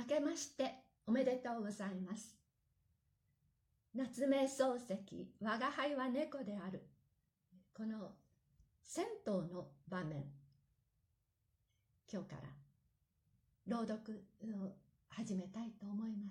けましておめでとうございます。夏目漱石、我が輩は猫である。この銭湯の場面、今日から朗読を始めたいと思います。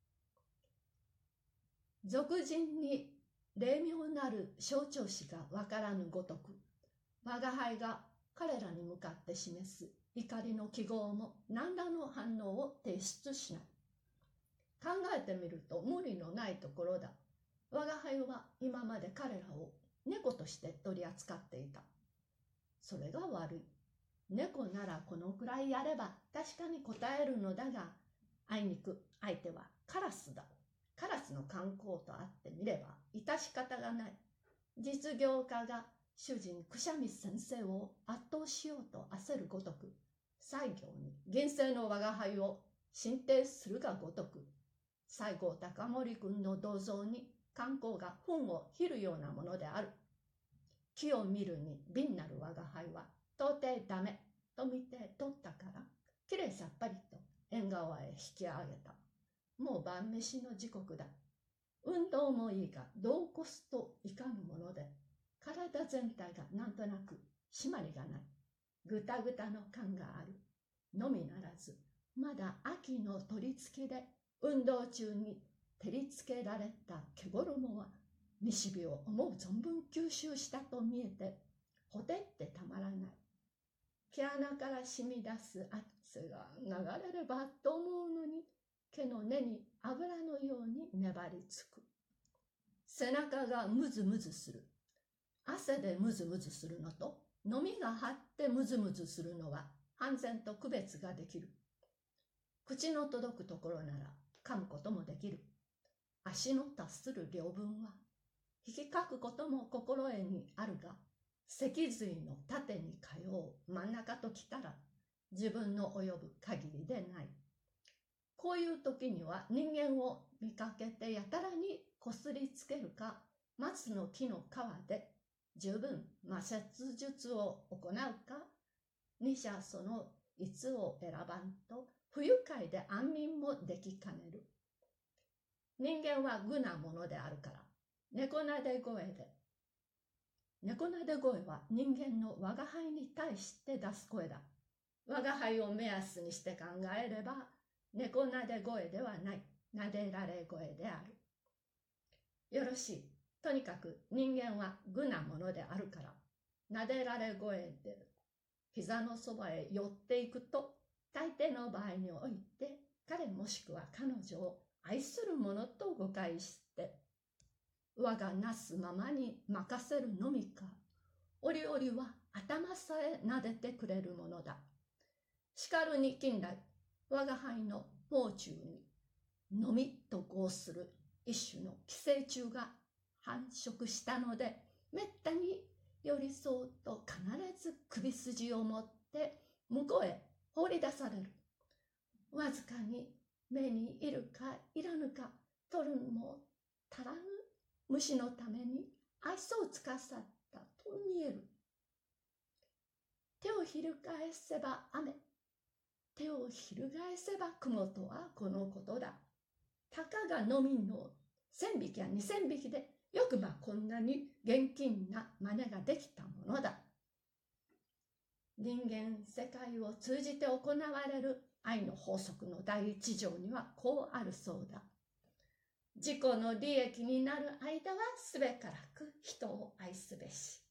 俗人に霊妙なる象徴詞がわからぬごとく、我が輩が彼らに向かって示す怒りの記号も何らの反応を提出しない。考えてみると無理のないところだ。我が輩は今まで彼らを猫として取り扱っていた。それが悪い。猫ならこのくらいやれば確かに答えるのだが、あいにく相手はカラスだ。カラスの観光とあってみれば致し方がない。実業家が主人くしゃみ先生を圧倒しようと焦るごとく、西行に現世の我が輩を進呈するがごとく、西郷隆盛君の銅像に観光が糞をひるようなものである。木を見るに瓶なる我が輩は到底ダメと見て取ったから、きれいさっぱりと縁側へ引き上げた。もう晩飯の時刻だ。運動もいいがどうこすといかぬもので、体全体がなんとなく締まりがない。ぐたぐたの感がある。のみならず、まだ秋の取り付けで運動中に照りつけられた毛衣は西日を思う存分吸収したと見えて、ほてってたまらない。毛穴から染み出す汗が流れればと思うのに、毛の根に油のように粘りつく。背中がムズムズする。汗でムズムズするのと、のみが張ってムズムズするのは半然と区別ができる。口の届くところなら噛むこともできる。足の達する領分は引きかくことも心得にあるが、脊髄の縦に通う真ん中ときたら自分の及ぶ限りでない。こういう時には人間を見かけてやたらにこすりつけるか、松の木の皮で十分摩擦術を行うか、二者そのいつを選ばんと不愉快で安眠もできかねる。人間は愚なものであるから、猫なで声で。猫なで声は人間の我が輩に対して出す声だ。我が輩を目安にして考えれば、猫なで声ではない、なでられ声である。よろしい。とにかく人間は愚なものであるから、なでられ声で膝のそばへ寄っていくと、大抵の場合において彼もしくは彼女を愛する者と誤解して、我がなすままに任せるのみか、折々は頭さえ撫でてくれるものだ。しかるに近来、我が輩の盲中にのみと号する一種の寄生虫が繁殖したので、めったに寄り添うと必ず首筋を持って向こうへ放り出される。わずかに目にいるかいらぬか取るも足らぬ虫のために愛想をつかさったと見える。手を翻せば雨、手を翻せば雲とはこのことだ。たかがのみの1000匹や2000匹でよくこんなに現金な真似ができたものだ。人間世界を通じて行われる愛の法則の第一条にはこうあるそうだ。自己の利益になる間はすべからく人を愛すべし。